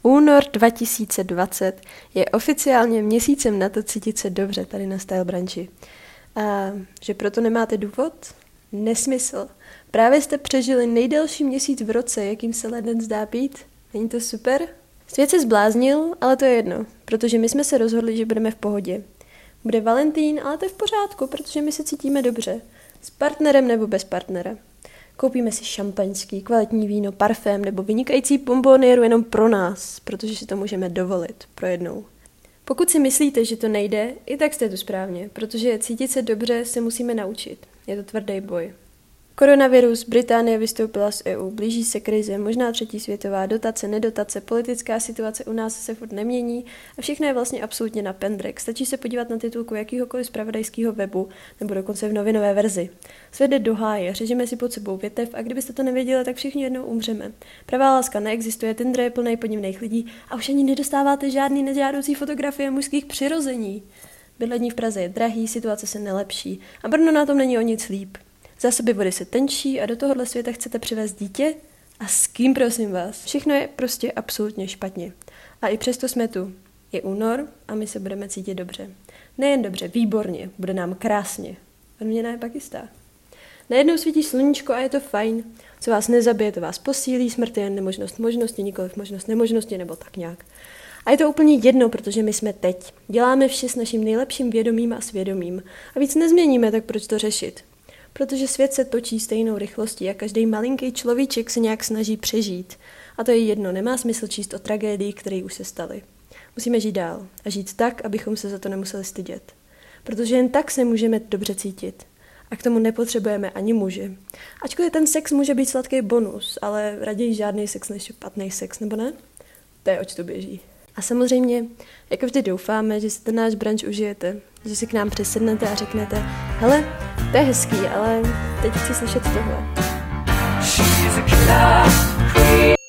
Únor 2020 je oficiálně měsícem na to cítit se dobře tady na Style Branchi. A že proto nemáte důvod? Nesmysl. Právě jste přežili nejdelší měsíc v roce, jakým se leden zdá být. Není to super? Svět se zbláznil, ale to je jedno, protože my jsme se rozhodli, že budeme v pohodě. Bude Valentín, ale to je v pořádku, protože my se cítíme dobře. S partnerem nebo bez partnera. Koupíme si šampaňský, kvalitní víno, parfém nebo vynikající bomboniéru jenom pro nás, protože si to můžeme dovolit pro jednou. Pokud si myslíte, že to nejde, i tak jste tu správně, protože cítit se dobře se musíme naučit. Je to tvrdý boj. Koronavirus, Británie vystoupila z EU, blíží se krize, možná třetí světová, dotace, nedotace, politická situace u nás se furt nemění a všechno je vlastně absolutně na pendrek. Stačí se podívat na titulku jakýhokoliv zpravodajského webu nebo dokonce v novinové verzi. Svět jde do háje, řežeme si pod sebou větev a kdybyste to nevěděli, tak všichni jednou umřeme. Pravá láska neexistuje, Tinder je plný podivných lidí a už ani nedostáváte žádný nežádoucí fotografie mužských přirození. Bydlení v Praze je drahý, situace se nelepší a Brno na tom není o nic líp. Zásoby vody se tenčí a do tohohle světa chcete přivést dítě? A s kým, prosím vás? Všechno je prostě absolutně špatně. A i přesto jsme tu. Je únor a my se budeme cítit dobře. Nejen dobře, výborně, bude nám krásně. Odměna je pak jistá. Najednou svítí sluníčko a je to fajn. Co vás nezabije, to vás posílí, smrt je jen nemožnost možnosti, nikoliv možnost nemožnosti, nebo tak nějak. A je to úplně jedno, protože my jsme teď. Děláme vše s naším nejlepším vědomím a svědomím. A víc nezměníme, tak proč to řešit? Protože svět se točí stejnou rychlostí a každý malinký človíček se nějak snaží přežít. A to je jedno, nemá smysl číst o tragédii, které už se staly. Musíme žít dál a žít tak, abychom se za to nemuseli stydět. Protože jen tak se můžeme dobře cítit. A k tomu nepotřebujeme ani muže. Ačkoliv ten sex může být sladký bonus, ale raději žádný sex než špatný sex, nebo ne? To je, oč to běží. A samozřejmě, jako vždy doufáme, že si ten náš brunch užijete, že si k nám přesednete a řeknete, hele, to je hezký, ale teď chci slyšet tohle.